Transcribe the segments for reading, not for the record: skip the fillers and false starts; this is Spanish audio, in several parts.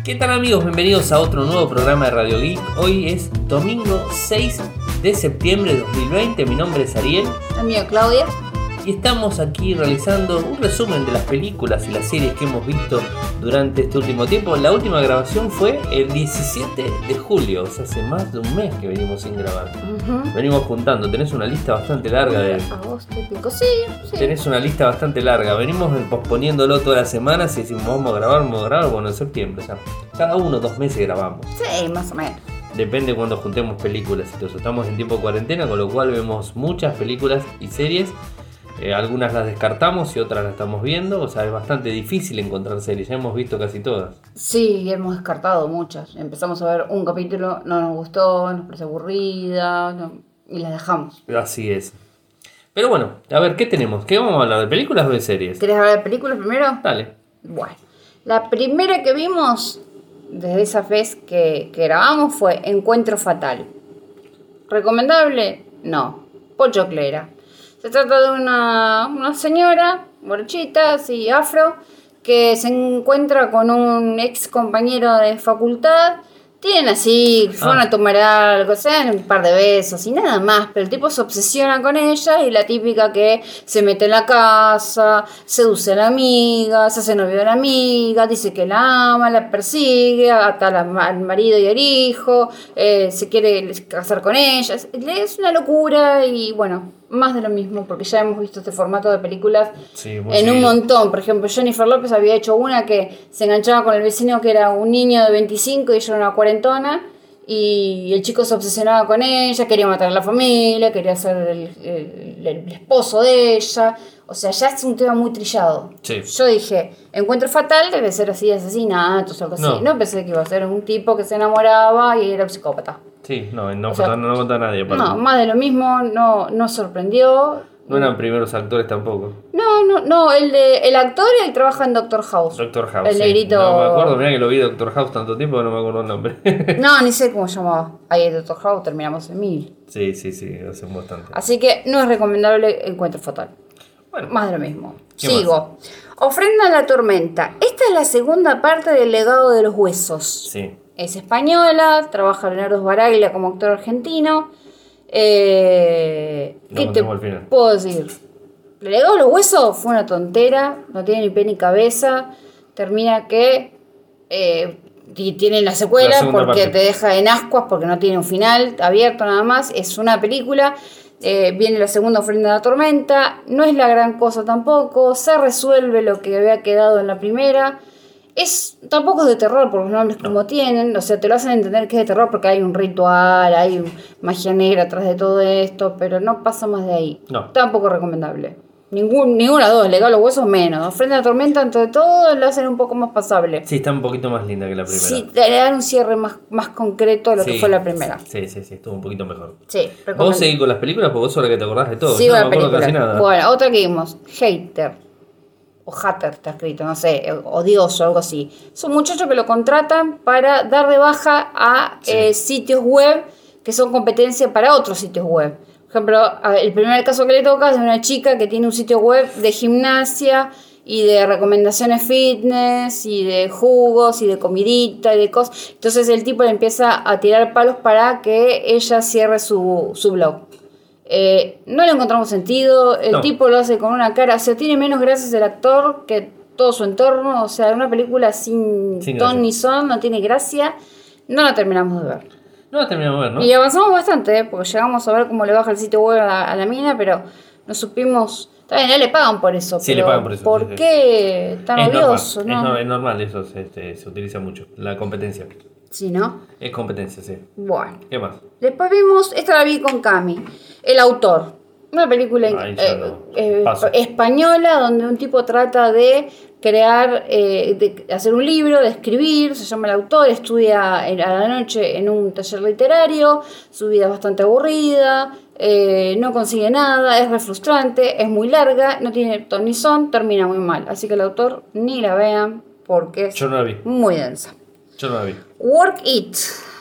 ¿Qué tal amigos? Bienvenidos a otro nuevo programa de Radio Geek. Hoy es domingo 6 de septiembre de 2020. Mi nombre es Ariel. El mío, Claudia. Y estamos aquí realizando un resumen de las películas y las series que hemos visto durante este último tiempo. La última grabación fue el 17 de julio, o sea, hace más de un mes que venimos sin grabar. Venimos juntando, tenés una lista bastante larga de... Agosto y pico, sí. Tenés una lista bastante larga, venimos posponiéndolo todas las semanas y decimos vamos a grabar, bueno, en septiembre ya. Cada 2 meses grabamos. Sí, más o menos. Depende cuando juntemos películas y todo eso. Estamos en tiempo de cuarentena, con lo cual vemos muchas películas y series. Algunas las descartamos y otras las estamos viendo. O sea, es bastante difícil encontrar series. Ya hemos visto casi todas. Sí, hemos descartado muchas. Empezamos a ver un capítulo, no nos gustó, nos pareció aburrida, y las dejamos. Así es. Pero bueno, a ver, ¿qué tenemos? ¿Qué vamos a hablar? ¿De películas o de series? ¿Querés hablar de películas primero? Dale. Bueno, la primera que vimos desde esa vez que grabamos fue Encuentro Fatal. ¿Recomendable? No. Pochoclera. Se trata de una señora, borrachita, así afro, que se encuentra con un ex compañero de facultad. Tienen así, fueron a tomar algo, se dan un par de besos y nada más, pero el tipo se obsesiona con ella y la típica que se mete en la casa, seduce a la amiga, se hace novio de la amiga, dice que la ama, la persigue, ata al marido y al hijo, se quiere casar con ella. Es una locura y bueno, más de lo mismo, porque ya hemos visto este formato de películas un montón. Por ejemplo, Jennifer López había hecho una que se enganchaba con el vecino que era un niño de 25 y ella era una cuarentona, y el chico se obsesionaba con ella, quería matar a la familia, quería ser el esposo de ella. O sea, ya es un tema muy trillado. Sí. Yo dije, Encuentro Fatal debe ser así, asesinatos o algo así. No pensé que iba a ser un tipo que se enamoraba y era psicópata. Sí, no mata a nadie. Aparte. No, más de lo mismo, no sorprendió. No eran primeros actores tampoco. No, el actor y el trabaja en Doctor House. Doctor House, el negrito. No me acuerdo, mirá que lo vi Doctor House tanto tiempo que no me acuerdo el nombre. No, ni sé cómo se llamaba. Ahí Doctor House terminamos en 1000. Sí, hace bastante. Así que no es recomendable Encuentro Fatal. Bueno, más de lo mismo. Más? Sigo. Ofrenda a la tormenta. Esta es la segunda parte del Legado de los Huesos. Sí. Es española, trabaja Leonardo Sbaraglia como actor argentino. ¿Qué te puedo decir? El Legado de los Huesos fue una tontera, no tiene ni pie ni cabeza. Termina que tiene la secuela porque te deja en ascuas, porque no tiene un final abierto nada más. Es una película. Viene la segunda Ofrenda a la tormenta. No es la gran cosa tampoco. Se resuelve lo que había quedado en la primera. Tampoco es de terror por los nombres como tienen, o sea, te lo hacen entender que es de terror porque hay un ritual, hay magia negra atrás de todo esto, pero no pasa más de ahí. No. Tampoco recomendable. Ninguna de dos, Legado de los Huesos menos. Ofrenda a la tormenta, entre todo, lo hacen un poco más pasable. Sí, está un poquito más linda que la primera. Sí, le dan un cierre más concreto a lo que fue la primera. Sí, estuvo un poquito mejor. Sí, ¿Vos seguís con las películas? Porque vos sos la que te acordás de todo. Sí, yo no me acuerdo casi nada. Bueno, otra que vimos, Hater. O Hatter está escrito, no sé, odioso, algo así. Es un muchacho que lo contratan para dar de baja a sitios web que son competencia para otros sitios web. Por ejemplo, el primer caso que le toca es de una chica que tiene un sitio web de gimnasia y de recomendaciones fitness y de jugos y de comidita y de cosas. Entonces el tipo le empieza a tirar palos para que ella cierre su blog. No le encontramos sentido. El tipo lo hace con una cara, o sea, tiene menos gracias el actor que todo su entorno. O sea, una película sin ton ni son, no tiene gracia. No la terminamos de ver. No la terminamos de ver, ¿no? Y avanzamos bastante, porque llegamos a ver cómo le baja el sitio web a la mina, pero no supimos. También ya le pagan por eso. Sí, le pagan por eso. ¿Por qué tan odioso? Es normal, eso se utiliza mucho. La competencia. Sí, ¿no? Es competencia, sí. Bueno. ¿Qué más? Después vimos, esta la vi con Cami, El Autor. Una película española donde un tipo trata de crear, de hacer un libro, de escribir, se llama El Autor, estudia a la noche en un taller literario, su vida es bastante aburrida, no consigue nada, es re frustrante, es muy larga, no tiene ton ni son, termina muy mal. Así que El Autor ni la vean porque es muy densa. Yo no la vi. Work It,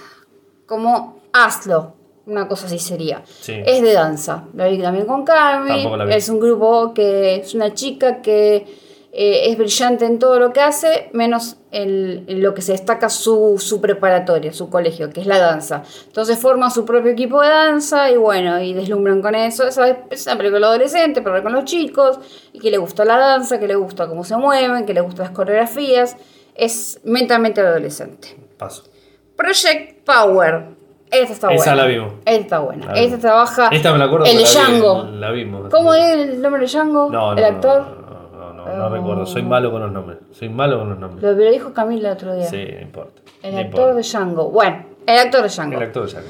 como hazlo, una cosa así sería. Sí. Es de danza. La vi también con Carmen. Tampoco la vi. Es un grupo que es una chica que es brillante en todo lo que hace, menos en lo que se destaca su preparatoria, su colegio, que es la danza. Entonces forma su propio equipo de danza y bueno, y deslumbran con eso. Es una película adolescente, pero con los chicos, y que le gusta la danza, que le gusta cómo se mueven, que le gustan las coreografías. Es mentalmente adolescente. Paso. Project Power. Esta está buena. Esa la vimos. Esta está buena. Esta trabaja Esta me la acuerdo. el Django. La vimos. ¿Cómo es el nombre de Django? No, ¿El actor? No recuerdo. Soy malo con los nombres. Lo dijo Camila el otro día. Sí, no importa. El actor de Django. Bueno, el actor de Django.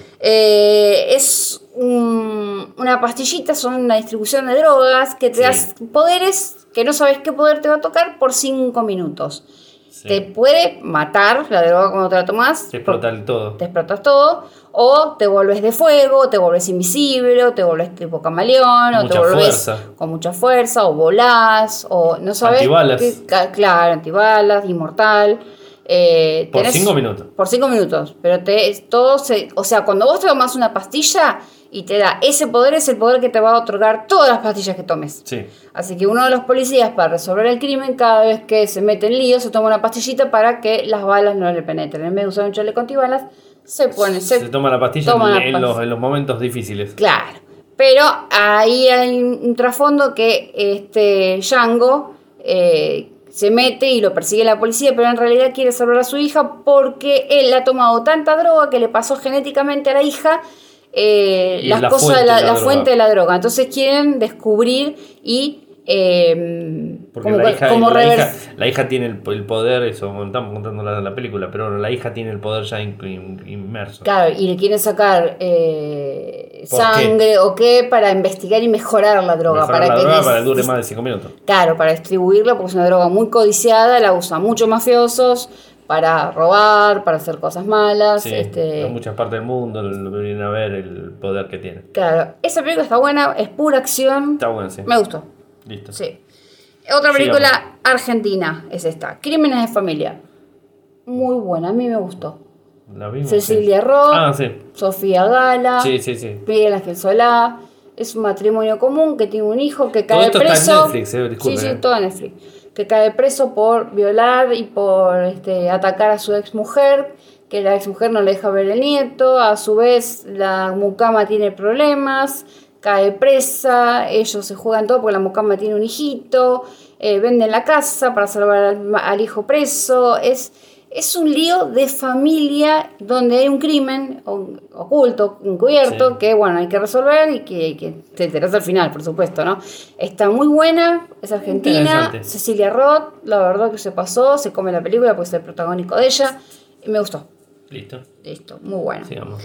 Es una pastillita, son una distribución de drogas que te das poderes que no sabes qué poder te va a tocar por 5 minutos. Sí. Te puede matar la droga cuando te la tomas. Te explota todo. Te explotas todo. O te vuelves de fuego, te vuelves invisible, o te vuelves tipo camaleón, o te vuelves con mucha fuerza, o volás, o no sabes. Antibalas. Claro, antibalas, inmortal. Por 5 minutos. Por 5 minutos. Pero o sea, cuando vos te tomás una pastilla y te da ese poder, es el poder que te va a otorgar todas las pastillas que tomes. Sí. Así que uno de los policías, para resolver el crimen, cada vez que se mete en lío, se toma una pastillita para que las balas no le penetren. En vez de usar un chaleco antibalas, se toma la pastilla en los momentos difíciles. Claro. Pero ahí hay un trasfondo que Django se mete y lo persigue la policía, pero en realidad quiere salvar a su hija porque él ha tomado tanta droga que le pasó genéticamente a la hija la fuente de la droga. Entonces quieren descubrir y porque la hija tiene el poder, eso estamos contando la película, pero la hija tiene el poder ya inmerso. Claro, y le quieren sacar sangre o qué para investigar y mejorar la droga. Para que dure más de 5 minutos. Claro, para distribuirla, porque es una droga muy codiciada, la usan muchos mafiosos para robar, para hacer cosas malas. Sí, en muchas partes del mundo vienen a ver el poder que tiene. Claro, esa película está buena, es pura acción. Está buena, sí. Me gustó. Listo. Sí. Otra película argentina es esta, Crímenes de Familia. Muy buena, a mí me gustó. La vimos, Cecilia Roth, sí. Sofía Gala, sí. Miguel Ángel Solá. Es un matrimonio común que tiene un hijo que cae todo esto preso. Está en Netflix, disculpe. Sí, todo en Netflix. Que cae preso por violar y por atacar a su exmujer, que la exmujer no le deja ver el nieto. A su vez, la mucama tiene problemas, cae presa, ellos se juegan todo porque la mucama tiene un hijito, venden la casa para salvar al hijo preso. Es un lío de familia donde hay un crimen oculto, encubierto, que bueno, hay que resolver y que te enteras al final, por supuesto, ¿no? Está muy buena, es argentina, Cecilia Roth, la verdad que se pasó, se come la película porque es el protagónico de ella, y me gustó. Listo, muy bueno. Sigamos.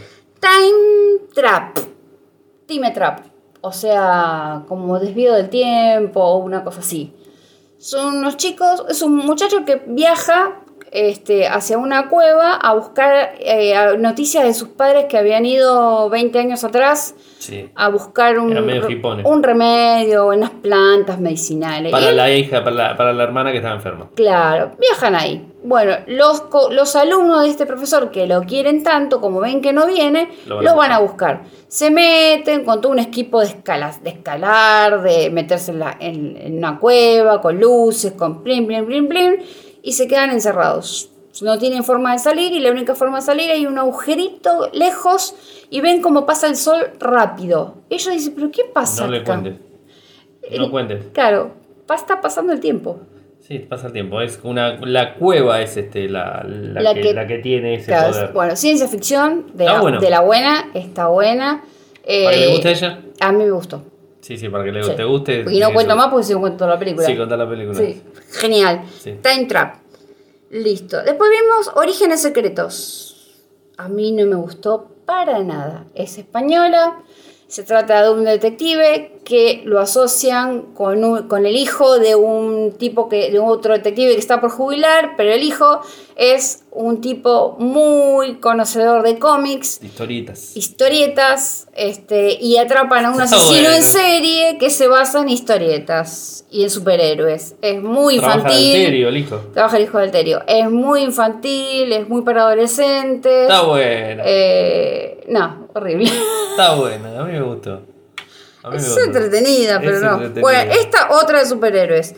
Time Trap, o sea, como desvío del tiempo o una cosa así. Son unos chicos, es un muchacho que viaja hacia una cueva a buscar noticias de sus padres que habían ido 20 años atrás a buscar un remedio, unas plantas medicinales. Para la hija, para la hermana que estaba enferma. Claro, viajan ahí. Bueno, los alumnos de este profesor que lo quieren tanto, como ven que no viene, lo van a buscar. Se meten con todo un equipo de escalar, de meterse en una cueva, con luces, con plin, plin, plin, plin, y se quedan encerrados. No tienen forma de salir y la única forma de salir hay un agujerito lejos y ven cómo pasa el sol rápido. Ellos dicen, ¿pero qué pasa acá? No cuentes. Claro, está pasando el tiempo. Sí, pasa el tiempo. La cueva es la que tiene ese poder. Bueno, ciencia ficción de la buena, está buena. ¿Para que le guste a ella? A mí me gustó. Sí, para que te guste. Y no cuento más porque si no cuento la película. Sí, contar la película. Sí, genial. Sí. Time Trap. Listo. Después vimos Orígenes Secretos. A mí no me gustó para nada. Es española. Se trata de un detective que lo asocian con el hijo de un tipo de otro detective que está por jubilar, pero el hijo es un tipo muy conocedor de cómics, historietas, y atrapan a un asesino en serie que se basa en historietas y en superhéroes. Es muy infantil. Trabaja el hijo de Alterio. Es muy infantil, es muy para adolescentes. Está buena. No, horrible. Está buena, a mí me gustó. Es entretenida, pero no. Bueno, esta otra de superhéroes.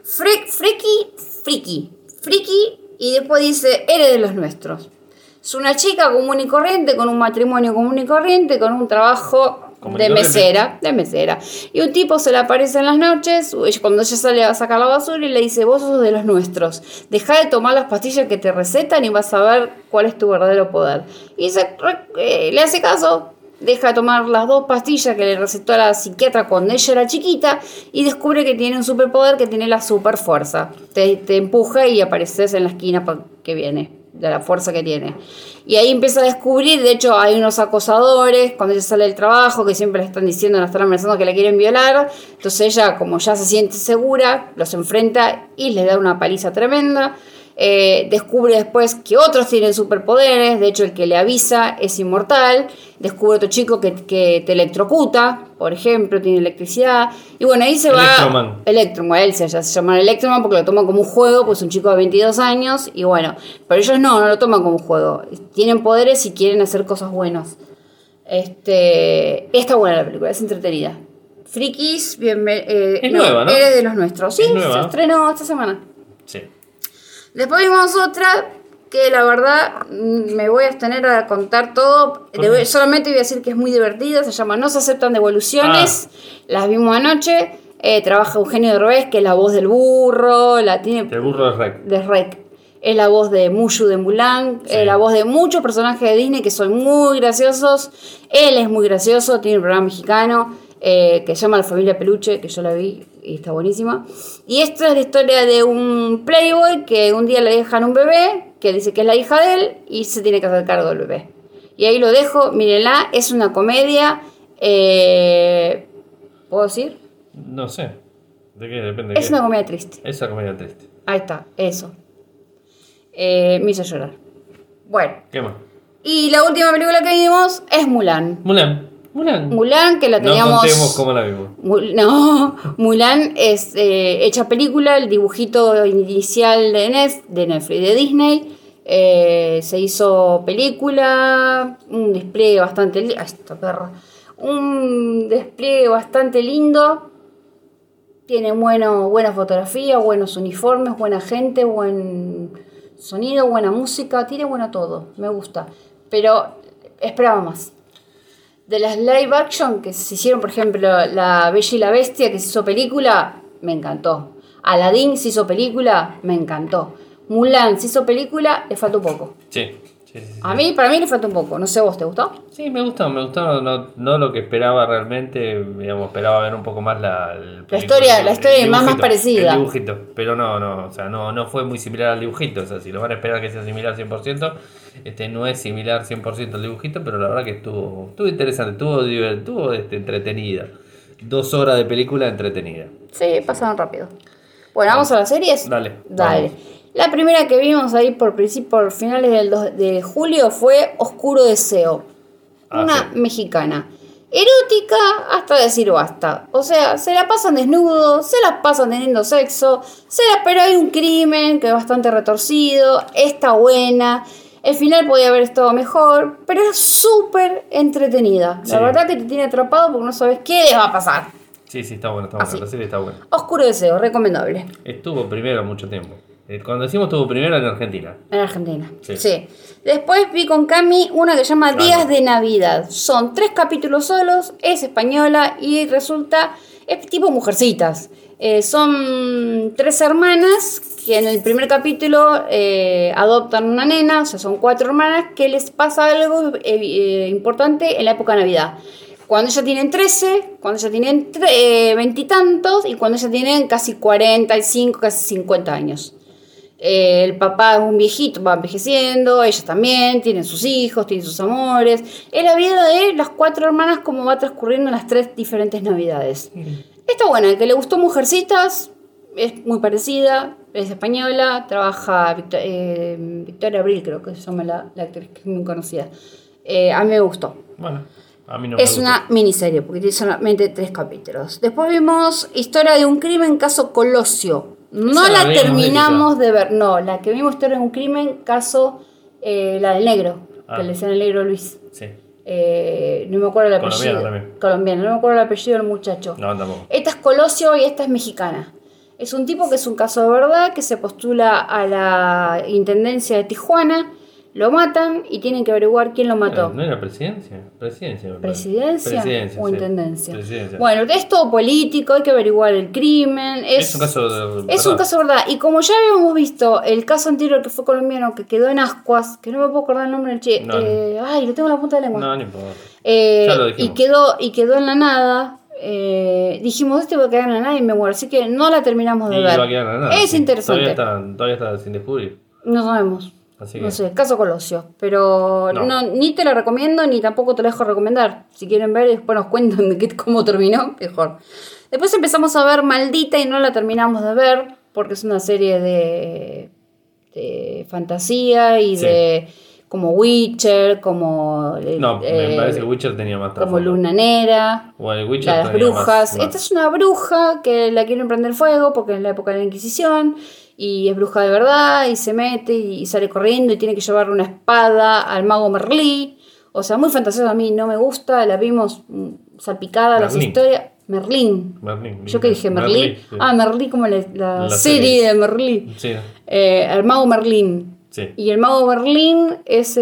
Friki, y después dice, eres de los nuestros. Es una chica común y corriente, con un matrimonio común y corriente, con un trabajo de mesera. Y un tipo se le aparece en las noches, cuando ella sale a sacar la basura, y le dice, vos sos de los nuestros. Dejá de tomar las pastillas que te recetan y vas a ver cuál es tu verdadero poder. Y le hace caso. Deja de tomar las 2 pastillas que le recetó a la psiquiatra cuando ella era chiquita y descubre que tiene un superpoder, que tiene la super fuerza. Te empuja y apareces en la esquina que viene, de la fuerza que tiene. Y ahí empieza a descubrir, de hecho hay unos acosadores cuando ella sale del trabajo que siempre le están diciendo, le están amenazando que la quieren violar. Entonces ella, como ya se siente segura, los enfrenta y les da una paliza tremenda. Descubre después que otros tienen superpoderes, de hecho el que le avisa es inmortal. Descubre otro chico que te electrocuta, por ejemplo, tiene electricidad. Y bueno, ahí se va Electroman, él se llama Electroman porque lo toma como un juego, pues es un chico de 22 años. Y bueno, pero ellos no lo toman como un juego, tienen poderes y quieren hacer cosas buenas. Está buena la película, es entretenida. Frikis, es nueva, ¿no? Eres de los nuestros. Sí, se estrenó esta semana. Sí. Después vimos otra que la verdad me voy a abstener a contar todo. Solamente voy a decir que es muy divertida. Se llama No se aceptan devoluciones. Las vimos anoche. Trabaja Eugenio Derbez, que es la voz del burro. El burro de Rec. Es la voz de Mushu de Mulan. Sí. La voz de muchos personajes de Disney que son muy graciosos. Él es muy gracioso. Tiene un programa mexicano que se llama La Familia Peluche, que yo la vi y está buenísima. Y esta es la historia de un playboy que un día le dejan un bebé, que dice que es la hija de él, y se tiene que hacer cargo del bebé. Y ahí lo dejo, mírenla, es una comedia. ¿Puedo decir? No sé. ¿De qué? Depende de Es una comedia triste. Es una comedia triste. Ahí está, eso. Me hizo llorar. Bueno. ¿Qué más? Y la última película que vimos es Mulan, que la teníamos... No contemos cómo la vimos. Mulan es hecha película, el dibujito inicial de Netflix, de Disney. Se hizo película, un despliegue bastante lindo. Un despliegue bastante lindo. Tiene buena fotografía, buenos uniformes, buena gente, buen sonido, buena música. Tiene bueno todo, me gusta. Pero esperaba más. De las live action que se hicieron, por ejemplo, La Bella y la Bestia, que se hizo película, me encantó. Aladdin se hizo película, me encantó. Mulan se hizo película, le faltó un poco. Sí. Para mí le falta un poco. No sé, ¿vos te gustó? Sí, me gustó. No lo que esperaba realmente. Digamos, esperaba ver un poco más la historia más parecida. El dibujito. Pero no fue muy similar al dibujito. O sea, si lo van a esperar que sea similar 100%, no es similar 100% al dibujito, pero la verdad que estuvo interesante, estuvo entretenida. 2 horas de película entretenida. Sí, pasaron rápido. Bueno, ¿vamos a las series? Dale. Vamos. La primera que vimos ahí por finales de julio fue Oscuro Deseo. Una mexicana. Erótica hasta decir basta. O sea, se la pasan desnudos, se la pasan teniendo sexo, pero hay un crimen que es bastante retorcido, está buena. El final podía haber estado mejor, pero es súper entretenida. Sí. La verdad que te tiene atrapado porque no sabes qué les va a pasar. Sí, está buena. La serie está buena. Oscuro Deseo, recomendable. Estuvo primero mucho tiempo. Cuando decimos estuvo primero en Argentina. En Argentina, sí. Después vi con Cami una que se llama Días de Navidad. Son 3 capítulos solos, es española y resulta... Es tipo Mujercitas. Son 3 hermanas que en el primer capítulo adoptan una nena, o sea, son 4 hermanas que les pasa algo importante en la época de Navidad. Cuando ellas tienen 13, cuando ellas tienen 20 y tantos y cuando ellas tienen casi 45, casi 50 años. El papá es un viejito, va envejeciendo, ellas también, tienen sus hijos, tienen sus amores. Es la vida de las 4 hermanas como va transcurriendo en las 3 diferentes Navidades. Está buena, el que le gustó Mujercitas es muy parecida, es española, trabaja Victoria Abril, creo que se llama la actriz, que es muy conocida. A mí me gustó. Bueno, a mí no es una miniserie porque tiene solamente 3 capítulos. Después vimos Historia de un crimen, caso Colosio. No la terminamos de ver. No, la que vimos Historia de un crimen, caso la del negro, que le decían el negro Luis. Sí. No me acuerdo el apellido. Colombiano, no me acuerdo el apellido del muchacho. No, tampoco. Esta es Colosio y esta es mexicana. Es un tipo que es un caso de verdad, que se postula a la intendencia de Tijuana, lo matan y tienen que averiguar quién lo mató. ¿No era presidencia? Presidencia, me parece. ¿Presidencia o sí. intendencia? Presidencia. Bueno, es todo político, hay que averiguar el crimen. Es un caso de Es un caso de verdad. Y como ya habíamos visto el caso anterior que fue colombiano, que quedó en ascuas, que no me puedo acordar el nombre del che. No. Ay, lo tengo en la punta de la lengua. No importa. Ya lo dijimos. Y quedó en la nada. Dijimos, este va a quedar en la nada y me muero. Así que no la terminamos de Y ver. va a quedar en la nada, Es interesante. Todavía está sin descubrir. No sabemos. Así No que... sé, caso Colosio. Pero No. ni te la recomiendo ni tampoco te la dejo recomendar. Si quieren ver y después nos cuentan de cómo terminó, mejor. Después empezamos a ver Maldita y no la terminamos de ver porque es una serie de fantasía y Sí. de como Witcher, como... No, me parece que Witcher tenía más como trasfondo. Luna Negra, O el Witcher las tenía brujas. más. Esta es una bruja que la quieren prender fuego porque es la época de la Inquisición y es bruja de verdad y se mete y sale corriendo y tiene que llevarle una espada al mago Merlí. O sea, muy fantasioso, a mí no me gusta, la vimos salpicada las Merlín. historias. Merlín. ¿Yo qué dije? ¿Merlí? Sí. Ah, Merlí como la serie serie de Merlí. Sí. El mago Merlín. Sí. Y el mago Merlín es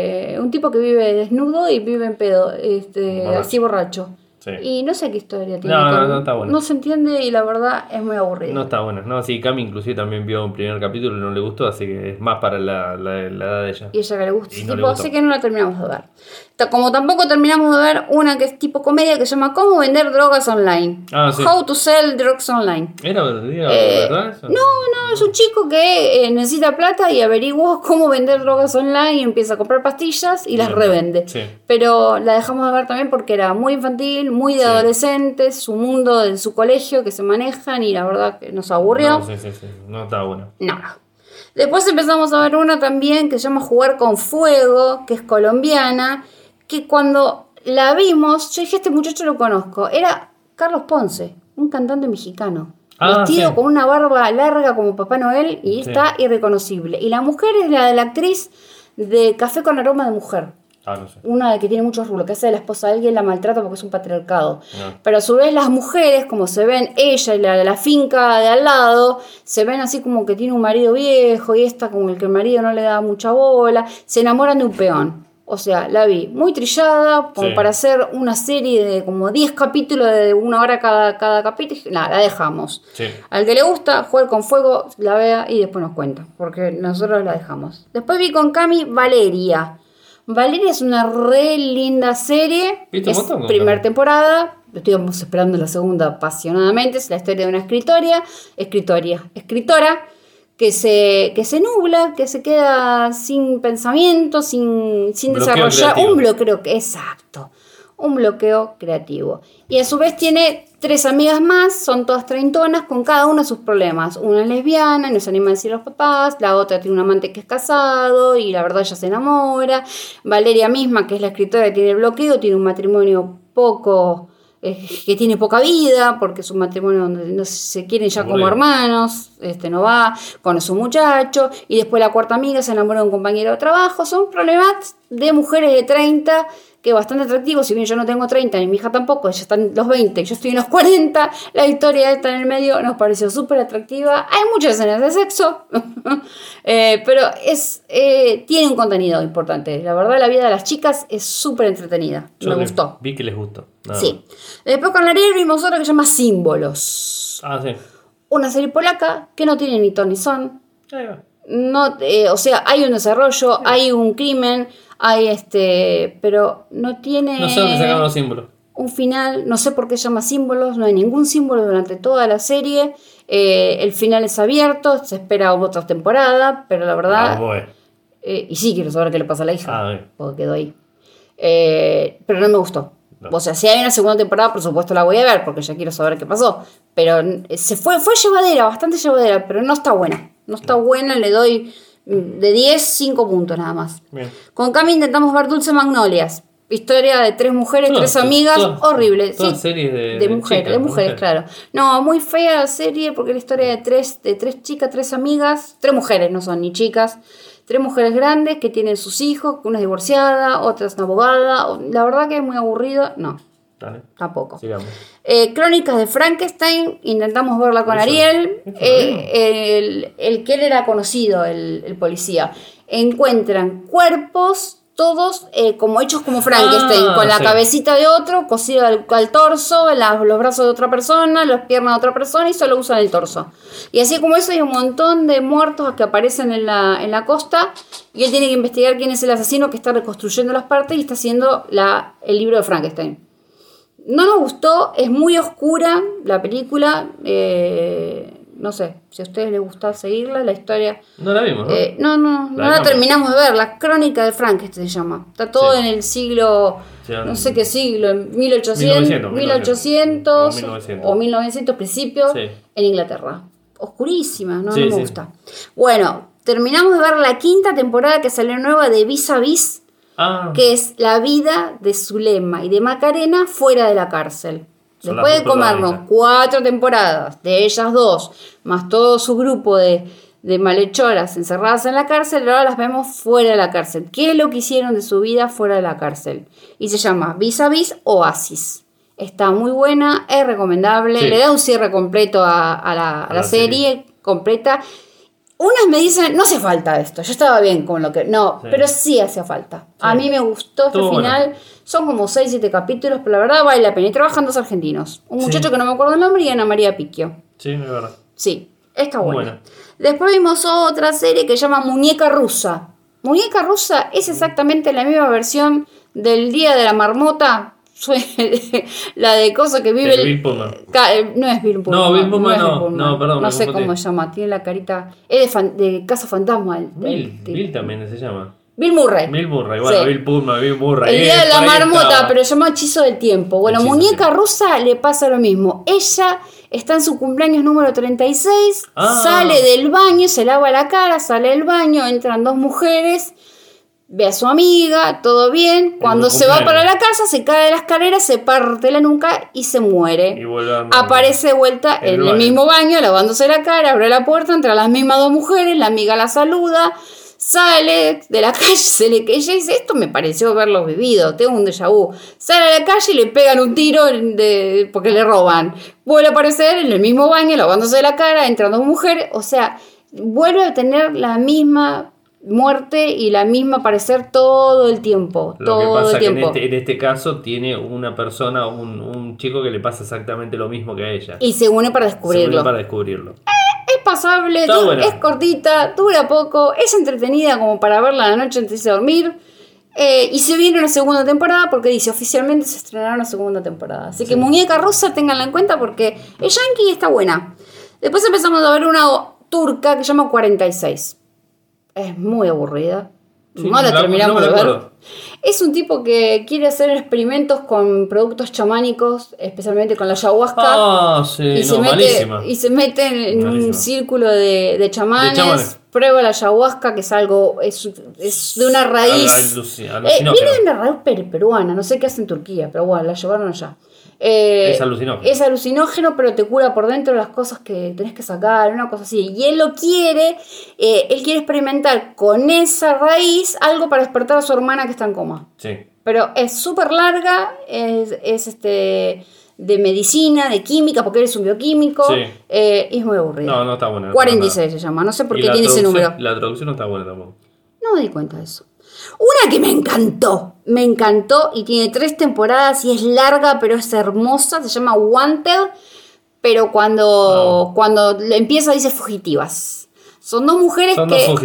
un tipo que vive desnudo y vive en pedo, Borracho. así borracho. Sí. Y no sé qué historia tiene. No está bueno. No se entiende y la verdad es muy aburrido. No está buena. No, sí, Cami inclusive también vio un primer capítulo y no le gustó, así que es más para la edad de ella. Y ella que le gusta Y ese no le tipo, gustó. así que no la terminamos de ver. Como tampoco terminamos de ver una que es tipo comedia que se llama ¿Cómo vender drogas online? Ah, sí. How to sell drugs online. ¿Era verdad eso? No, es un chico que necesita plata y averigua cómo vender drogas online y empieza a comprar pastillas y las Bien. revende. Sí. Pero la dejamos de ver también porque era muy infantil, muy de Sí. adolescentes, su mundo de su colegio que se manejan y la verdad que nos aburrió. No, sí. No está bueno. No. Después empezamos a ver una también que se llama Jugar con Fuego, que es colombiana, que cuando la vimos, yo dije, este muchacho lo conozco. Era Carlos Ponce, un cantante mexicano. Ah, vestido sí. con una barba larga como Papá Noel y Sí. está irreconocible. Y la mujer es la de la actriz de Café con aroma de mujer. Ah, no sé. Una de que tiene muchos rulos, que hace de la esposa de alguien, la maltrata porque es un patriarcado. No. Pero a su vez las mujeres, como se ven ella y la de la finca de al lado, se ven así como que tiene un marido viejo y esta como el que el marido no le da mucha bola, se enamoran de un peón. O sea, la vi muy trillada, como Sí. para hacer una serie de como 10 capítulos de 1 hora cada capítulo. Nada, la dejamos. Sí. Al que le gusta jugar con fuego, la vea y después nos cuenta, porque nosotros la dejamos. Después vi con Cami Valeria. Valeria es una re linda serie. ¿Viste un Es montón con primera Cami? temporada. Estamos esperando la segunda apasionadamente. Es la historia de una escritora que se nubla, que se queda sin pensamiento, sin Bloqueo desarrollar. creativo. Un bloqueo, exacto. Un bloqueo creativo. Y a su vez tiene 3 amigas más, son todas treintonas, con cada una sus problemas. Una es lesbiana, no se anima a decir a los papás. La otra tiene un amante que es casado y la verdad ella se enamora. Valeria misma, que es la escritora que tiene el bloqueo, tiene un matrimonio que tiene poca vida, porque es un matrimonio donde no se quieren ya como Aburrido. hermanos, no va, conoce un muchacho, y después la cuarta amiga se enamora de un compañero de trabajo. Son problemas de mujeres de 30, que es bastante atractivo. Si bien yo no tengo 30, ni mi hija tampoco, ella está en los 20, yo estoy en los 40, la historia esta en el medio nos pareció súper atractiva. Hay muchas escenas de sexo, pero tiene un contenido importante. La verdad, la vida de las chicas es súper entretenida, me gustó. Vi que les gustó. Nada Sí. Después con Ariel vimos otra que se llama Símbolos. más. Ah, sí. Una serie polaca que no tiene ni ton ni son. Ahí va. No, o sea, hay un desarrollo, hay un crimen, pero no tiene No sé dónde sacaron los símbolos. un final. No sé por qué se llama Símbolos. No hay ningún símbolo durante toda la serie. El final es abierto, se espera otra temporada, pero la verdad. Ah, bueno. Y sí, quiero saber qué le pasa a la hija, Ah, bien. porque quedó ahí. Pero no me gustó. No. O sea, si hay una segunda temporada, por supuesto la voy a ver, porque ya quiero saber qué pasó. Pero fue llevadera, bastante llevadera, pero no está buena. No está buena, le doy de 10, 5 puntos nada más. Bien. Con Cami intentamos ver Dulce Magnolias. Historia de 3 mujeres, Todas- 3 amigas, todas- horrible. todas Sí, series de mujeres, chicas, de mujeres, mujeres. claro. No, muy fea la serie porque es la historia de tres chicas, 3 amigas, 3 mujeres, no son ni chicas. 3 mujeres grandes que tienen sus hijos, una es divorciada, otra es una abogada. La verdad que es muy aburrido, no. Dale. Tampoco. Sigamos. Crónicas de Frankenstein, intentamos verla con Eso, Ariel. eso El que él era conocido, el policía. Encuentran cuerpos todos como hechos como Frankenstein, con la cabecita de otro, cosido al torso, los brazos de otra persona, las piernas de otra persona y solo usan el torso. Y así como eso hay un montón de muertos que aparecen en la costa y él tiene que investigar quién es el asesino que está reconstruyendo las partes y está haciendo el libro de Frankenstein. No nos gustó, es muy oscura la película, no sé, si a ustedes les gusta seguirla, la historia... No la vimos, ¿no? No la terminamos de ver, la Crónica de Frankenstein se llama. Está todo en el siglo, no sé qué siglo, en 1800 o 1900 principios, en Inglaterra. Oscurísima, no me gusta. Bueno, terminamos de ver la 5ª temporada que salió nueva de Vis a Vis, que es la vida de Zulema y de Macarena fuera de la cárcel. Después de comernos 4 temporadas de ellas dos, más todo su grupo de malhechoras encerradas en la cárcel, ahora las vemos fuera de la cárcel. ¿Qué es lo que hicieron de su vida fuera de la cárcel? Y se llama Vis a Vis Oasis. Está muy buena, es recomendable, le da un cierre completo a la serie completa. Unas me dicen, no hace falta esto, yo estaba bien con lo que... No, pero sí hacía falta. A mí me gustó este final. Son como 6-7 capítulos, pero la verdad vale la pena. Y trabajan 2 argentinos. Un muchacho que no me acuerdo el nombre y Ana María Picchio. Sí, es verdad. Sí, está buena. Después vimos otra serie que se llama Muñeca Rusa. Muñeca Rusa es exactamente la misma versión del Día de la Marmota. La de cosa que vive Bill Pullman. No es Bill Pullman. No, Bill Pullman no, perdón. No sé cómo se llama, tiene la carita. Es de Casa Fantasma. Bill también se llama. Bill Murray, bueno, Bill Pullman, Bill Murray. El Día de la Marmota, pero se llama Hechizo del Tiempo. Bueno, Muñeca Rusa le pasa lo mismo. Ella está en su cumpleaños número 36, sale del baño, se lava la cara, sale del baño, entran 2 mujeres, ve a su amiga, todo bien. Cuando se va para la casa, se cae de la escalera, se parte la nuca y se muere. Y aparece de vuelta en el mismo baño, lavándose la cara, abre la puerta, entran las mismas 2 mujeres, la amiga la saluda, sale de la calle, ella dice, esto me pareció haberlo vivido, tengo un déjà vu. Sale a la calle y le pegan un tiro porque le roban. Vuelve a aparecer en el mismo baño, lavándose la cara, entran 2 mujeres, o sea, vuelve a tener la misma muerte y la misma parecer todo el tiempo. Lo que pasa es que en este caso tiene una persona, un chico que le pasa exactamente lo mismo que a ella. Y se une para descubrirlo. Es pasable, es cortita, dura poco, es entretenida como para verla a la noche antes de dormir. Y se viene una segunda temporada porque dice oficialmente se estrenará una segunda temporada. Así que Muñeca Rusa, ténganla en cuenta porque es yankee y está buena. Después empezamos a ver una turca que se llama 46. Es muy aburrida. No la terminamos de ver. Es un tipo que quiere hacer experimentos con productos chamánicos, especialmente con la ayahuasca. Y se mete en un círculo de chamanes. Prueba la ayahuasca, que es algo, es de una raíz. Viene de una raíz peruana, no sé qué hace en Turquía, pero bueno, la llevaron allá. Es alucinógeno. Es alucinógeno, pero te cura por dentro las cosas que tenés que sacar, una cosa así. Y él quiere experimentar con esa raíz algo para despertar a su hermana que está en coma. Sí. Pero es súper larga, es de medicina, de química, porque él es un bioquímico. Sí. Es muy aburrido. No está buena. 46 se llama, no sé por qué tiene ese número. La traducción no está buena tampoco. No me di cuenta de eso. Una que me encantó y tiene 3 temporadas y es larga pero es hermosa, se llama Wanted, pero cuando empieza dice fugitivas. Son 2 mujeres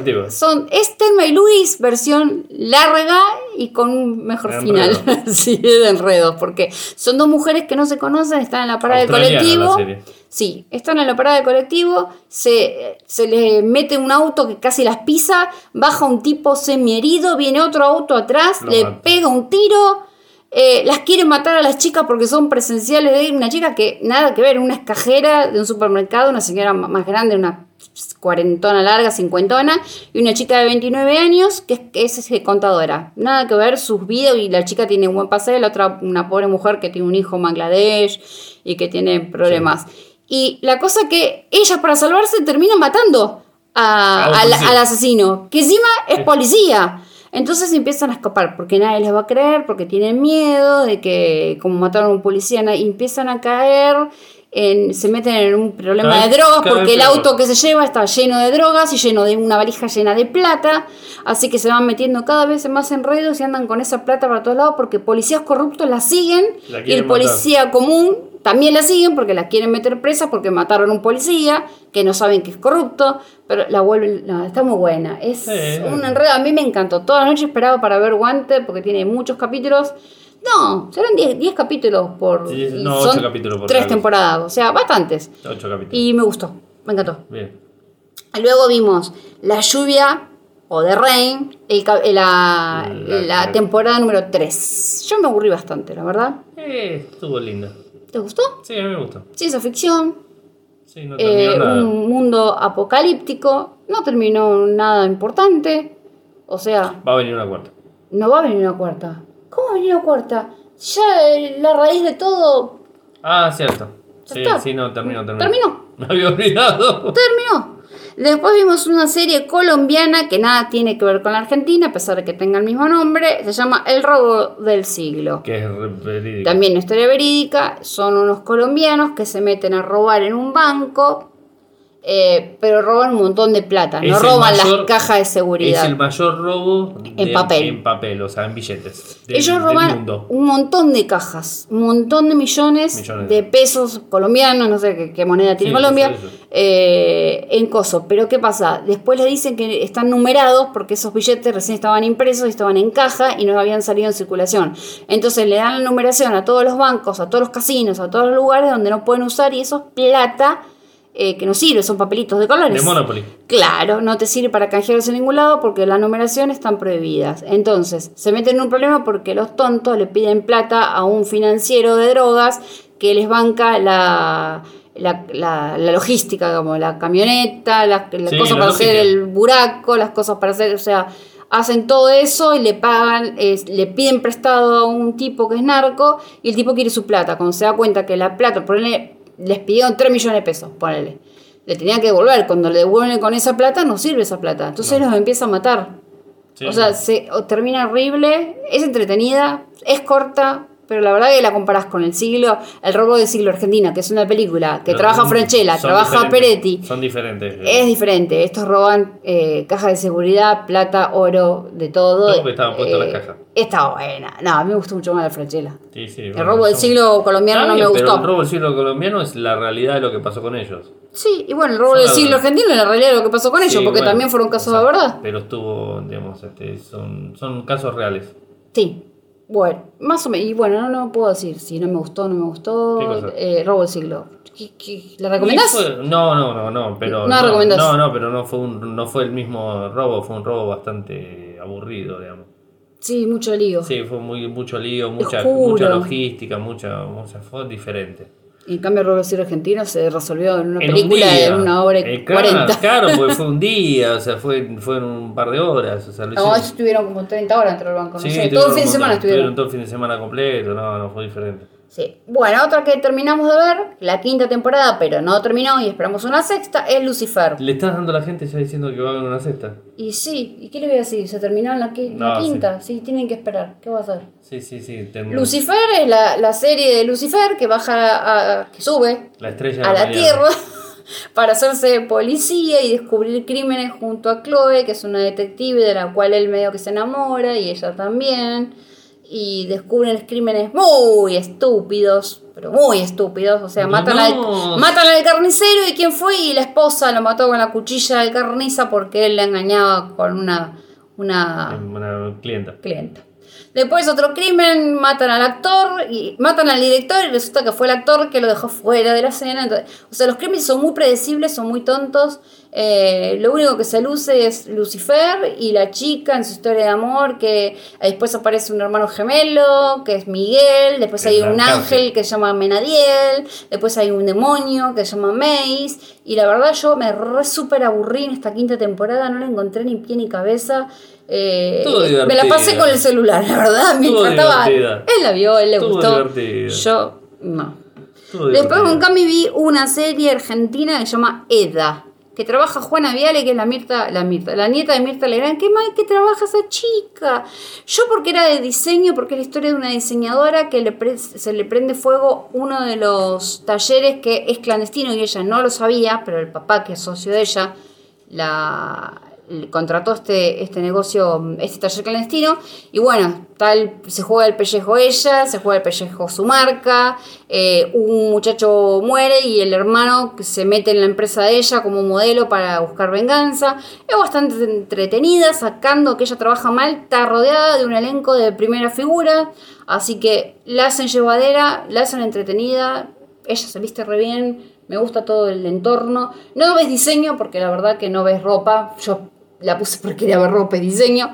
es Thelma y Louise versión larga y con un mejor final. Sí, de enredos, porque son 2 mujeres que no se conocen, están en la parada del colectivo. Sí, están en la parada del colectivo, se les mete un auto que casi las pisa, baja un tipo semiherido, viene otro auto atrás, pega un tiro, las quiere matar a las chicas porque son presenciales de una chica que nada que ver, una escajera de un supermercado, una señora más grande, una 40 larga, 50, y una chica de 29 años que es contadora. Nada que ver sus vidas, y la chica tiene un buen paseo, la otra una pobre mujer que tiene un hijo en Bangladesh y que tiene problemas. Sí. Y la cosa que ella para salvarse termina matando al asesino, que encima es policía. Entonces empiezan a escapar porque nadie les va a creer, porque tienen miedo de que, como mataron a un policía, y empiezan a caer, se meten en un problema de drogas porque el auto que se lleva está lleno de drogas y lleno de una valija llena de plata. Así que se van metiendo cada vez más enredos y andan con esa plata para todos lados porque policías corruptos la siguen y el policía común también la siguen porque la quieren meter presa porque mataron a un policía que no saben que es corrupto, pero la vuelven, no, está muy buena, es un enredo. A mí me encantó, toda la noche esperaba para ver Wanted porque tiene muchos capítulos. No, serán 10 capítulos por... Sí, no, 8 capítulos por 3 temporadas, o sea, bastantes. 8 capítulos. Y me gustó, me encantó. Bien. Luego vimos La Lluvia o The Rain, la temporada número 3. Yo me aburrí bastante, la verdad. Estuvo linda. ¿Te gustó? Sí, a mí me gustó. Ciencia ficción. Sí, no terminó nada. Un mundo apocalíptico. No terminó nada importante. O sea... Va a venir una cuarta. No va a venir una cuarta. ¿Cómo va a venir una cuarta? Ya la raíz de todo... Ah, cierto. Sí, no, terminó. Me había olvidado. Terminó. Después vimos una serie colombiana que nada tiene que ver con la Argentina, a pesar de que tenga el mismo nombre. Se llama El Robo del Siglo. Que es verídica. También una historia verídica. Son unos colombianos que se meten a robar en un banco, pero roban un montón de plata. No roban las cajas de seguridad. Es el mayor robo en papel. En papel, o sea, en billetes. Ellos roban un montón de cajas, un montón de millones de pesos colombianos, no sé qué moneda tiene Colombia, en coso. Pero ¿qué pasa? Después les dicen que están numerados porque esos billetes recién estaban impresos y estaban en caja y no habían salido en circulación. Entonces le dan la numeración a todos los bancos, a todos los casinos, a todos los lugares donde no pueden usar, y eso es plata que no sirve, son papelitos de colores. De Monopoly. Claro, no te sirve para canjearlos en ningún lado porque las numeraciones están prohibidas. Entonces, se meten en un problema porque los tontos le piden plata a un financiero de drogas que les banca la logística, como la camioneta, las cosas para hacer el buraco, las cosas para hacer, o sea, hacen todo eso y le pagan, le piden prestado a un tipo que es narco y el tipo quiere su plata. Cuando se da cuenta que la plata, les pidieron 3 millones de pesos, ponele. Le tenían que devolver. Cuando le devuelven con esa plata, no sirve esa plata. Entonces los empieza a matar. Sí. O sea, termina horrible. Es entretenida, es corta, pero la verdad que la comparás con El Robo del Siglo Argentina, que es una película que trabaja Franchella, trabaja Peretti. Son diferentes. Es diferente. Estos roban cajas de seguridad, plata, oro, de todo. Todo que estaban puestos en la caja. Está buena. No, a mí me gustó mucho más la Franchella. Sí, el Robo del Siglo colombiano no me gustó. Pero el Robo del Siglo colombiano es la realidad de lo que pasó con ellos. Sí, y bueno, el Robo del Siglo argentino es la realidad de lo que pasó con ellos, porque también fueron casos de verdad. Pero estuvo, digamos, son casos reales. Sí. Bueno, más o menos. Y bueno, no puedo decir si no me gustó o no me gustó. ¿Qué cosa? Robo del Siglo. ¿La recomendás? No, pero no recomendás. No, pero no fue el mismo robo, fue un robo bastante aburrido, digamos. Sí, mucho lío. Sí, fue mucho lío, mucha logística, fue diferente. Y en cambio el Robo del Siglo argentino se resolvió en una película de 1 hora y 40. Claro, porque fue un día, o sea, fueron un par de horas. O sea, ellos estuvieron como 30 horas dentro del banco, sí, no sé, todo el fin de semana estuvieron. Todo el fin de semana completo, no fue diferente. Sí. Bueno, otra que terminamos de ver, la 5ª temporada, pero no terminó y esperamos una 6ª, es Lucifer. ¿Le estás dando a la gente ya diciendo que va a haber una 6ª? Y sí, ¿y qué le voy a decir? ¿Se terminó la 5ª? Sí, tienen que esperar. ¿Qué va a hacer? Sí. Lucifer es la serie de Lucifer que que sube la estrella a la Tierra para hacerse policía y descubrir crímenes junto a Chloe, que es una detective de la cual él medio que se enamora y ella también. Y descubren crímenes muy estúpidos, pero muy estúpidos. O sea, matan al carnicero y quién fue, y la esposa lo mató con la cuchilla de carniza porque él la engañaba con una clienta. Después otro crimen, matan al actor y matan al director y resulta que fue el actor que lo dejó fuera de la escena. Entonces, o sea, los crímenes son muy predecibles, son muy tontos. Lo único que se luce es Lucifer y la chica en su historia de amor, que después aparece un hermano gemelo que es Miguel, después hay un ángel que se llama Menadiel, después hay un demonio que se llama Mace, y la verdad yo me super aburrí en esta 5ª temporada, no le encontré ni pie ni cabeza. Me la pasé con el celular, la verdad, mientras estaba. Él la vio, él le gustó. Divertida. Yo no. Después en cambio vi una serie argentina que se llama Eda. que trabaja Juana Viale, que es la nieta de Mirta Legrand. Qué mal que trabaja esa chica. Yo porque era de diseño, porque es la historia de una diseñadora que se le prende fuego uno de los talleres que es clandestino y ella no lo sabía, pero el papá, que es socio de ella, contrató este negocio, este taller clandestino, y bueno, se juega el pellejo ella, se juega el pellejo su marca, un muchacho muere y el hermano se mete en la empresa de ella como modelo para buscar venganza. Es bastante entretenida, sacando que ella trabaja mal, está rodeada de un elenco de primera figura, así que la hacen llevadera, la hacen entretenida, ella se viste re bien, me gusta todo el entorno. No ves diseño porque la verdad que no ves ropa, yo la puse porque quería ver ropa y diseño,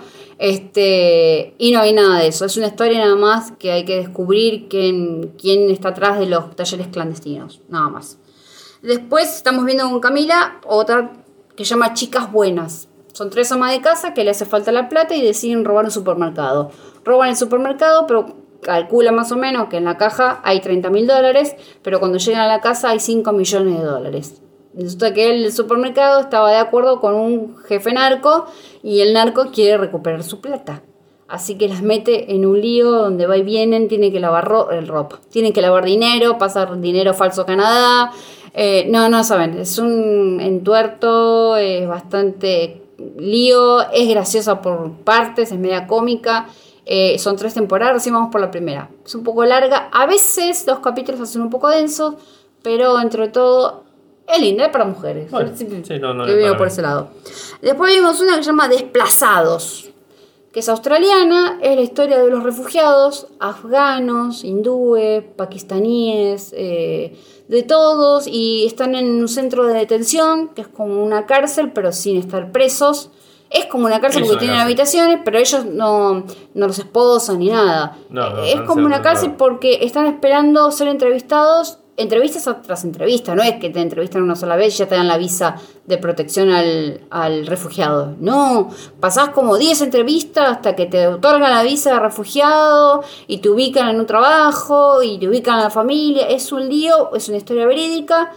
y no hay nada de eso. Es una historia nada más que hay que descubrir quién está atrás de los talleres clandestinos, nada más. Después estamos viendo con Camila otra que se llama Chicas Buenas. Son 3 amas de casa que le hace falta la plata y deciden robar un supermercado. Roban el supermercado, pero calcula más o menos que en la caja hay $30.000, pero cuando llegan a la casa hay $5 millones. Resulta que el supermercado estaba de acuerdo con un jefe narco y el narco quiere recuperar su plata. Así que las mete en un lío donde va y vienen, tienen que lavar ropa, tienen que lavar dinero, pasar dinero falso a Canadá. No saben, es un entuerto, es bastante lío, es graciosa por partes, es media cómica. Son 3 temporadas, recién vamos por la primera. Es un poco larga, a veces los capítulos hacen un poco densos, pero entre todo es linda, es para mujeres. Bueno, que veo por ese lado. Después vimos una que se llama Desplazados, que es australiana, es la historia de los refugiados afganos, hindúes, pakistaníes, de todos, y están en un centro de detención, que es como una cárcel, pero sin estar presos. Es como una cárcel porque tienen habitaciones, pero ellos no los esposan ni nada. Es como una cárcel porque están esperando ser entrevistados. Entrevistas tras entrevistas, no es que te entrevistan una sola vez y ya te dan la visa de protección al refugiado. No, pasás como 10 entrevistas hasta que te otorgan la visa de refugiado y te ubican en un trabajo y te ubican en la familia. Es un lío, es una historia verídica,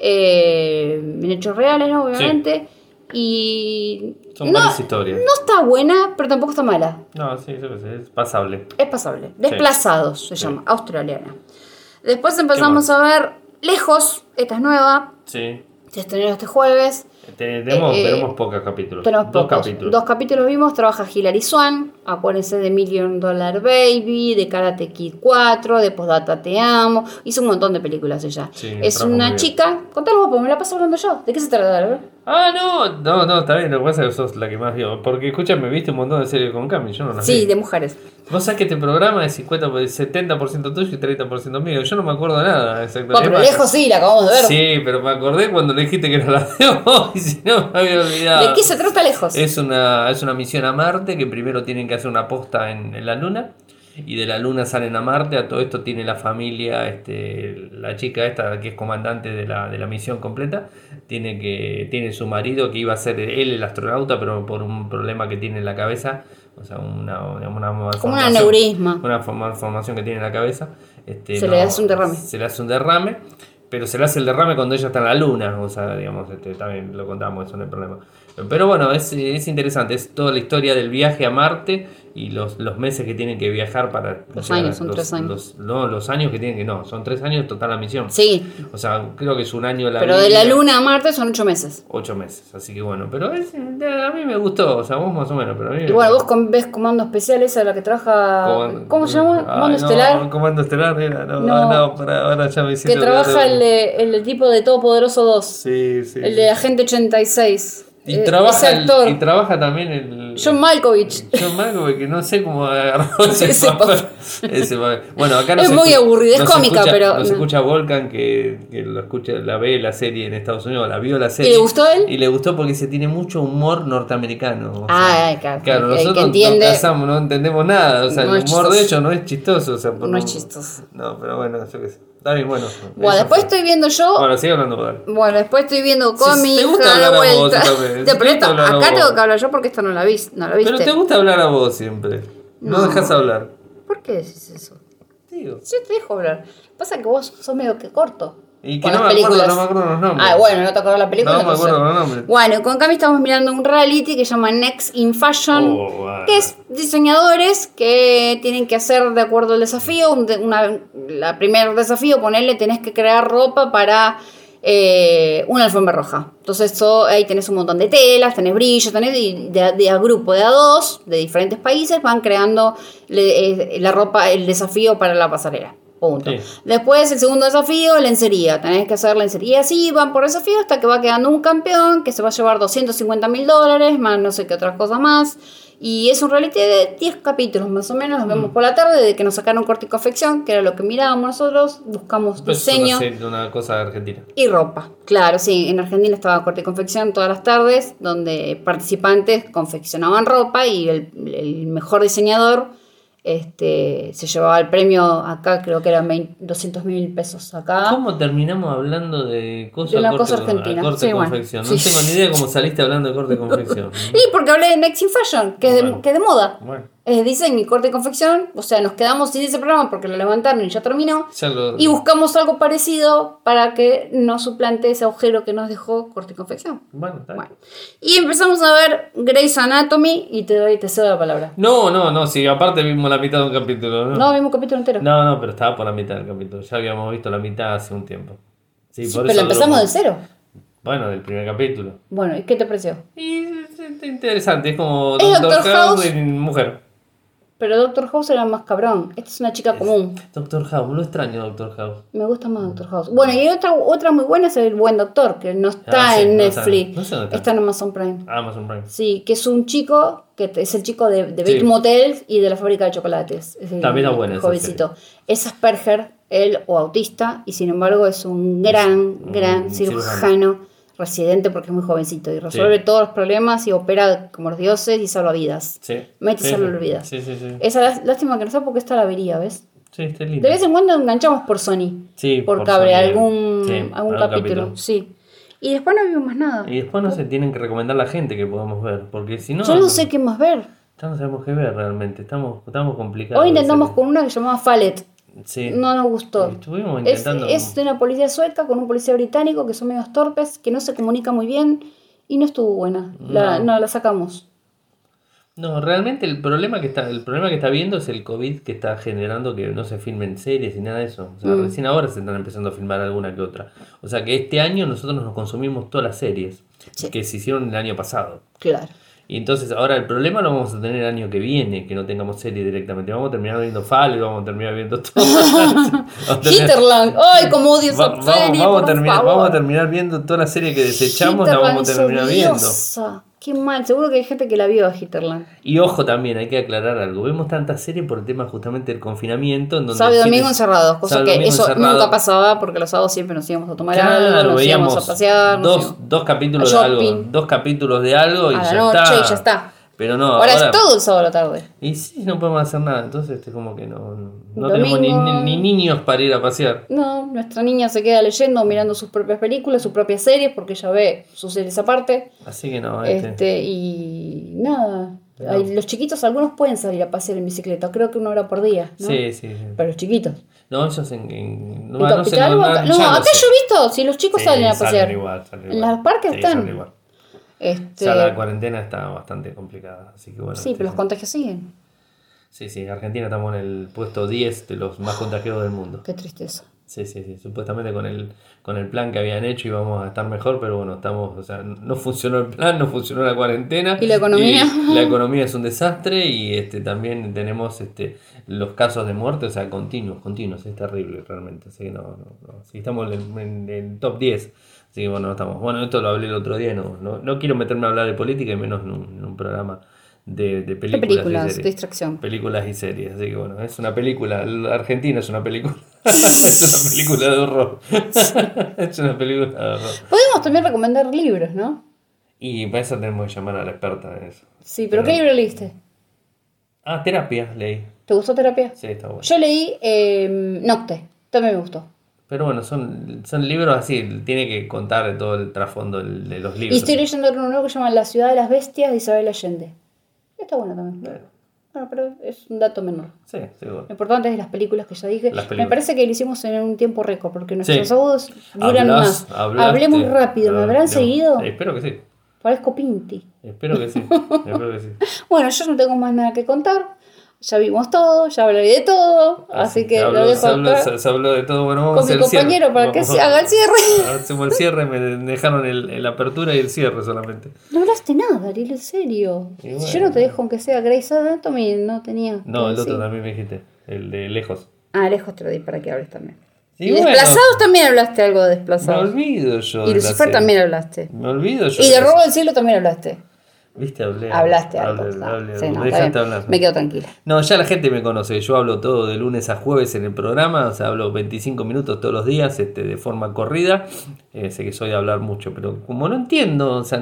en hechos reales, ¿no? Obviamente. Sí. Y son varias historias. No está buena, pero tampoco está mala. No, sí, es pasable. Es pasable. Desplazados se llama, australiana. Después empezamos a ver Lejos, esta es nueva. Sí. Se estrenó este jueves. Tenemos pocos capítulos. Dos capítulos vimos. Trabaja Hilary Swank. Acuérdense de $1 Million Baby, de Karate Kid 4, de Postdata Te Amo. Hizo un montón de películas ella. Sí, es una chica. Contalo vos, porque me la paso hablando yo. ¿De qué se trata? No, está bien. Lo que pasa es que sos la que más vio. Porque, escúchame, viste un montón de series con Cami. Yo no las vi. Sí, de mujeres. Vos sabés que este programa es 70% tuyo y 30% mío. Yo no me acuerdo de nada. Pero Lejos sí, la acabamos de ver. Sí, pero me acordé cuando le dijiste que no la veo y si no me había olvidado. ¿De qué se trata Lejos? Es una misión a Marte que primero tienen que hacer una posta en la Luna. Y de la Luna salen a Marte. A todo esto tiene la familia, la chica esta que es comandante de la misión completa, tiene su marido que iba a ser él el astronauta, pero por un problema que tiene en la cabeza, o sea, como un aneurisma, una malformación que tiene en la cabeza, le hace un derrame. Se le hace un derrame, pero se le hace el derrame cuando ella está en la Luna, o sea, digamos, también lo contamos, eso no hay problema. Pero bueno, es interesante, es toda la historia del viaje a Marte y los meses que tienen que viajar para... Los años, son 3 años. Los años que tienen que... No, son 3 años total la misión. Sí. O sea, creo que es un año la Pero vida, de la Luna a Marte son 8 meses. 8 meses, así que bueno, pero a mí me gustó, o sea, vos más o menos, pero a mí... Y bueno, vos ves Comando Especial, esa la que trabaja... ¿Cómo se llama? Comando Estelar. Comando Estelar era, ahora ya me hiciste... Que trabaja el tipo de Todopoderoso 2. Sí. El de Agente 86. Y trabaja también el John Malkovich, que no sé cómo agarró ese papel. Bueno, acá es muy aburrido, es cómica, pero nos escucha Volcan que la ve la serie en Estados Unidos, la vio la serie. ¿Y le gustó él? Y le gustó porque se tiene mucho humor norteamericano. Claro, nosotros no entendemos nada, o sea, el humor de ellos no es chistoso, o sea, no es chistoso. No, pero bueno, yo qué sé. Está bien, bueno. Después estoy viendo yo. Bueno, sigue hablando, dale. Bueno, después estoy viendo con mi hija de vuelta. Acá tengo que hablar yo porque esta no la viste. Pero te gusta hablar a vos siempre. No dejas hablar. ¿Por qué decís eso? Digo. Yo te dejo hablar. Pasa que vos sos medio que corto. Y que con no las me acuerdo, películas. no me acuerdo los nombres. Ah, bueno, no te acuerdas la película. No me entonces- acuerdo los nombres. Bueno, con Cami estamos mirando un reality que se llama Next in Fashion, Bueno. que es diseñadores que tienen que hacer de acuerdo al desafío. La primer desafío, ponerle, tenés que crear ropa para una alfombra roja. Entonces ahí tenés un montón de telas, tenés brillos, tenés y de a grupo de a dos de diferentes países van creando la ropa, el desafío para la pasarela. Punto. Sí. Después el segundo desafío, lencería. Tenés que hacer lencería así, van por desafío hasta que va quedando un campeón que se va a llevar $250.000, más no sé qué otras cosas más. Y es un reality de 10 capítulos más o menos, los vemos por la tarde, de que nos sacaron corte y confección, que era lo que mirábamos nosotros, buscamos Pues diseño una cosa argentina. y ropa. Claro, sí, en Argentina estaba corte y confección todas las tardes, donde participantes confeccionaban ropa y el mejor diseñador se llevaba el premio acá, creo que eran 200.000 pesos acá. ¿Cómo terminamos hablando de cosas De una cosa argentina. corte Sí, y bueno. confección? No Sí. tengo ni idea cómo saliste hablando de corte y confección. Y porque hablé de Next in Fashion, que es Bueno. que es de moda. Bueno, Es diseño y corte y confección. O sea, nos quedamos sin ese programa porque lo levantaron y ya terminó. ya lo... Y buscamos algo parecido para que no suplante ese agujero que nos dejó corte y confección. Bueno, está bien. Bueno. Y empezamos a ver Grey's Anatomy y te cedo la palabra. No, sí, aparte vimos la mitad de un capítulo, ¿no? No, vimos un capítulo entero. No, pero estaba por la mitad del capítulo. Ya habíamos visto la mitad hace un tiempo. Sí, Sí, por pero eso empezamos duró de cero. Bueno, del primer capítulo. Bueno, ¿y qué te pareció? Y es interesante, es como Es Doctor Doctor House House. y mujer. Pero Doctor House era más cabrón. Esta es una chica común. Doctor House, lo extraño Doctor House. Me gusta más Doctor House. Bueno, y otra muy buena es El Buen Doctor, que no está Ah, sí, en no está. Netflix. No sé dónde está. Está en Amazon Prime. Amazon Prime. Sí, que es un chico, que es el chico de Bates Sí. Motel y de la fábrica de chocolates. Es el También está buena esa jovencito. Es Asperger, él o autista, y sin embargo es un gran cirujano residente porque es muy jovencito y resuelve todos los problemas y opera como los dioses y salva vidas. Sí. Mete y Sí, salva sí. vidas. Sí. Esa lástima que no sé por qué está la avería, ¿ves? Sí, está lindo. De vez en cuando enganchamos por Sony. Sí, por por cable, Sony, algún sí, algún capítulo. capítulo. Sí. Y después no vimos más nada. Y después no se tienen que recomendar la gente que podamos ver, porque si no... Yo no sé qué más ver. Ya no sabemos qué ver realmente, estamos complicados. Hoy intentamos de con una que se llamaba Fallet. Sí. No nos gustó. Estuvimos Es intentando... de una policía sueca con un policía británico que son medios torpes, que no se comunica muy bien y no estuvo buena. No. La sacamos. No, realmente el problema que está viendo es el COVID que está generando que no se filmen series y nada de eso. O sea, recién ahora se están empezando a filmar alguna que otra. O sea que este año nosotros nos consumimos todas las series Sí. que se hicieron el año pasado. Claro. Y entonces ahora el problema lo vamos a tener el año que viene, que no tengamos serie directamente. Vamos a terminar viendo Fall y vamos a terminar viendo todo. Hinterland. Ay, cómo odio esa serie, vamos por favor. a terminar viendo toda la serie que desechamos, la vamos a Hinterland terminar es viendo. odiosa. Qué mal. Seguro que hay gente que la vio a Hinterland. Y ojo también, hay que aclarar algo. Vemos tantas series por el tema justamente del confinamiento. En donde Sábado y el fin domingo de- encerrados, cosa sábado y que domingo eso encerrado. nunca pasaba porque los sábados siempre nos íbamos a tomar algo, Claro, nos íbamos veíamos a pasear, dos capítulos a de algo. shopping. 2 capítulos de algo y a la ya noche está. y ya está. Pero no, Ahora es todo el sábado a la tarde. Y sí, no podemos hacer nada. Entonces, como que no Domingo. tenemos ni niños para ir a pasear. No, nuestra niña se queda leyendo, mirando sus propias películas, sus propias series, porque ella ve sus series aparte. Así que no, Y nada. Los chiquitos, algunos pueden salir a pasear en bicicleta, creo que 1 hora por día, ¿no? Sí. Pero los chiquitos. No, ellos ¿En no Capital sé, o acá? No, ya acá sé. yo he visto, si los chicos Sí, salen a pasear. salen igual. En los parques Sí, están. salen igual. O sea, la cuarentena está bastante complicada. Así que bueno. Sí, pero los contagios siguen. Sí, Argentina estamos en el puesto 10 de los más contagiados del mundo. Qué tristeza. Sí. Supuestamente con el plan que habían hecho íbamos a estar mejor, pero bueno, no funcionó el plan, no funcionó la cuarentena. ¿Y la economía? Y la economía es un desastre y también tenemos los casos de muerte, o sea, continuos, es terrible realmente. Así que no. Sí, estamos en el top 10. Así que bueno, no estamos. Bueno, esto lo hablé el otro día, no quiero meterme a hablar de política y menos en un programa de películas. películas, y series. distracción. Películas y series, así que bueno, es una película, Argentina es una película. Es una película de horror. Es una película de horror. Podemos también recomendar libros, ¿no? Y para eso tenemos que llamar a la experta en eso. Sí, pero ¿qué libro leíste? Terapia, leí. ¿Te gustó Terapia? Sí, está bueno. Yo leí Nocte, también me gustó. Pero bueno, son libros así, tiene que contar todo el trasfondo de los Y libros. estoy leyendo uno nuevo que se llama La ciudad de las bestias de Isabel Allende. Está bueno también. Bueno, Bueno, pero es un dato menor. Sí, seguro. Lo importante es las películas que ya dije. Me parece que lo hicimos en un tiempo récord, porque nuestros audios duran más. Hablé muy rápido, ¿me habrán seguido? Espero que sí. Parezco Pinti. Espero que sí. Bueno, yo no tengo más nada que contar. Ya vimos todo, ya hablé de todo, así que lo dejo acá. Se habló de todo. Bueno, vamos con mi compañero para que se haga el cierre. Hacemos el cierre, me dejaron la apertura y el cierre solamente. No hablaste nada, Ariel, en serio. Bueno. Si yo no te dejo aunque sea Grey's Anatomy, no tenía. No, el otro también me dijiste, el de Lejos. Lejos te lo di para que hables también. Y Desplazados también hablaste algo de Desplazados. Me olvido yo. Y Lucifer también hablaste. Me olvido yo. Y de Robo del Cielo también hablaste. ¿Viste? Hablaste algo. Me quedo tranquila. No, ya la gente me conoce. Yo hablo todo de lunes a jueves en el programa. O sea, hablo 25 minutos todos los días de forma corrida. Sé que soy de hablar mucho, pero como no entiendo, o sea,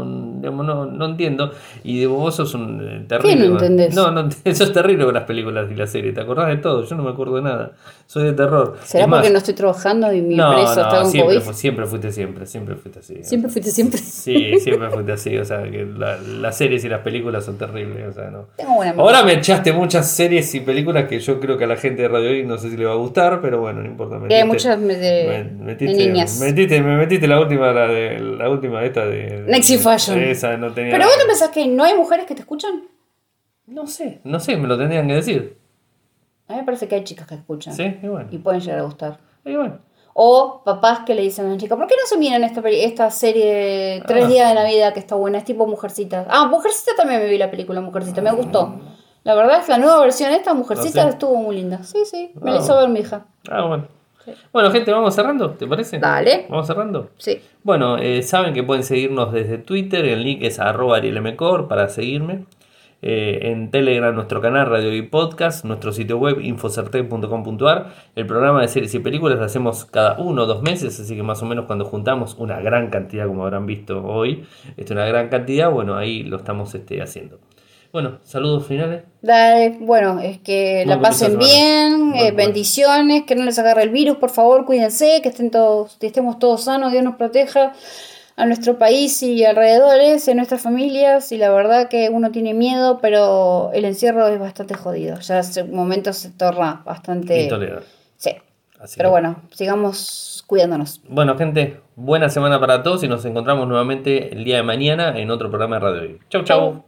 no entiendo. Y vos sos un terrible. ¿Qué no entendés? No, eso es terrible con las películas y las series. ¿Te acordás de todo? Yo no me acuerdo de nada. Soy de terror. ¿Será porque no estoy trabajando y mi empresa está con COVID? Siempre fuiste así. ¿Siempre fuiste siempre? Sí, siempre fuiste así. O sea, que las series y las películas son terribles. O sea, no. Tengo buena memoria. Ahora me echaste muchas series y películas que yo creo que a la gente de Radio Geek no sé si le va a gustar, pero bueno, no importa. Hay muchas de niñas. Me metiste la última de esta de Nexi Fashion. Esa no tenía. ¿Pero vos no pensás que no hay mujeres que te escuchan? No sé, me lo tendrían que decir. A mí me parece que hay chicas que escuchan. Sí, y bueno. Y pueden llegar a gustar. Y bueno. O papás que le dicen a una chica, ¿por qué no se miran esta serie 3 días de Navidad que está buena? Es tipo Mujercitas. Mujercitas también me vi la película Mujercitas, me gustó. La verdad es que la nueva versión esta, Mujercitas, estuvo muy linda. Sí, me la hizo ver mi hija. Bueno. Sí. Bueno, gente, vamos cerrando, ¿te parece? Dale. ¿Vamos cerrando? Sí. Bueno, saben que pueden seguirnos desde Twitter, el link es @arielmcor para seguirme. En Telegram nuestro canal Radio Geek Podcast, nuestro sitio web infocertec.com.ar. El programa de series y películas lo hacemos cada 1 o 2 meses, así que más o menos cuando juntamos una gran cantidad, como habrán visto hoy, una gran cantidad, bueno, ahí lo estamos haciendo. Bueno, saludos finales. Dale, bueno, es que la pasen bien, bendiciones, que no les agarre el virus, por favor, cuídense, que estemos todos sanos, Dios nos proteja a nuestro país y alrededores, en nuestras familias, y la verdad que uno tiene miedo, pero el encierro es bastante jodido, ya en momentos se torna bastante intolerable. Sí, pero bueno, sigamos cuidándonos. Bueno, gente, buena semana para todos y nos encontramos nuevamente el día de mañana en otro programa de Radio Geek. Chau.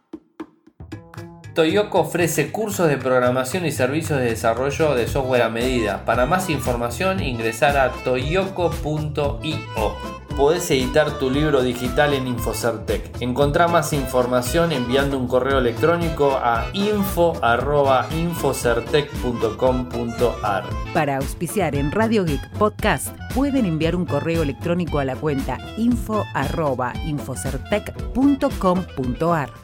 Toyoko ofrece cursos de programación y servicios de desarrollo de software a medida. Para más información, ingresar a toyoko.io. Podés editar tu libro digital en Infocertec. Encontrá más información enviando un correo electrónico a info@infocertec.com.ar. Para auspiciar en Radio Geek Podcast, pueden enviar un correo electrónico a la cuenta info@infocertec.com.ar.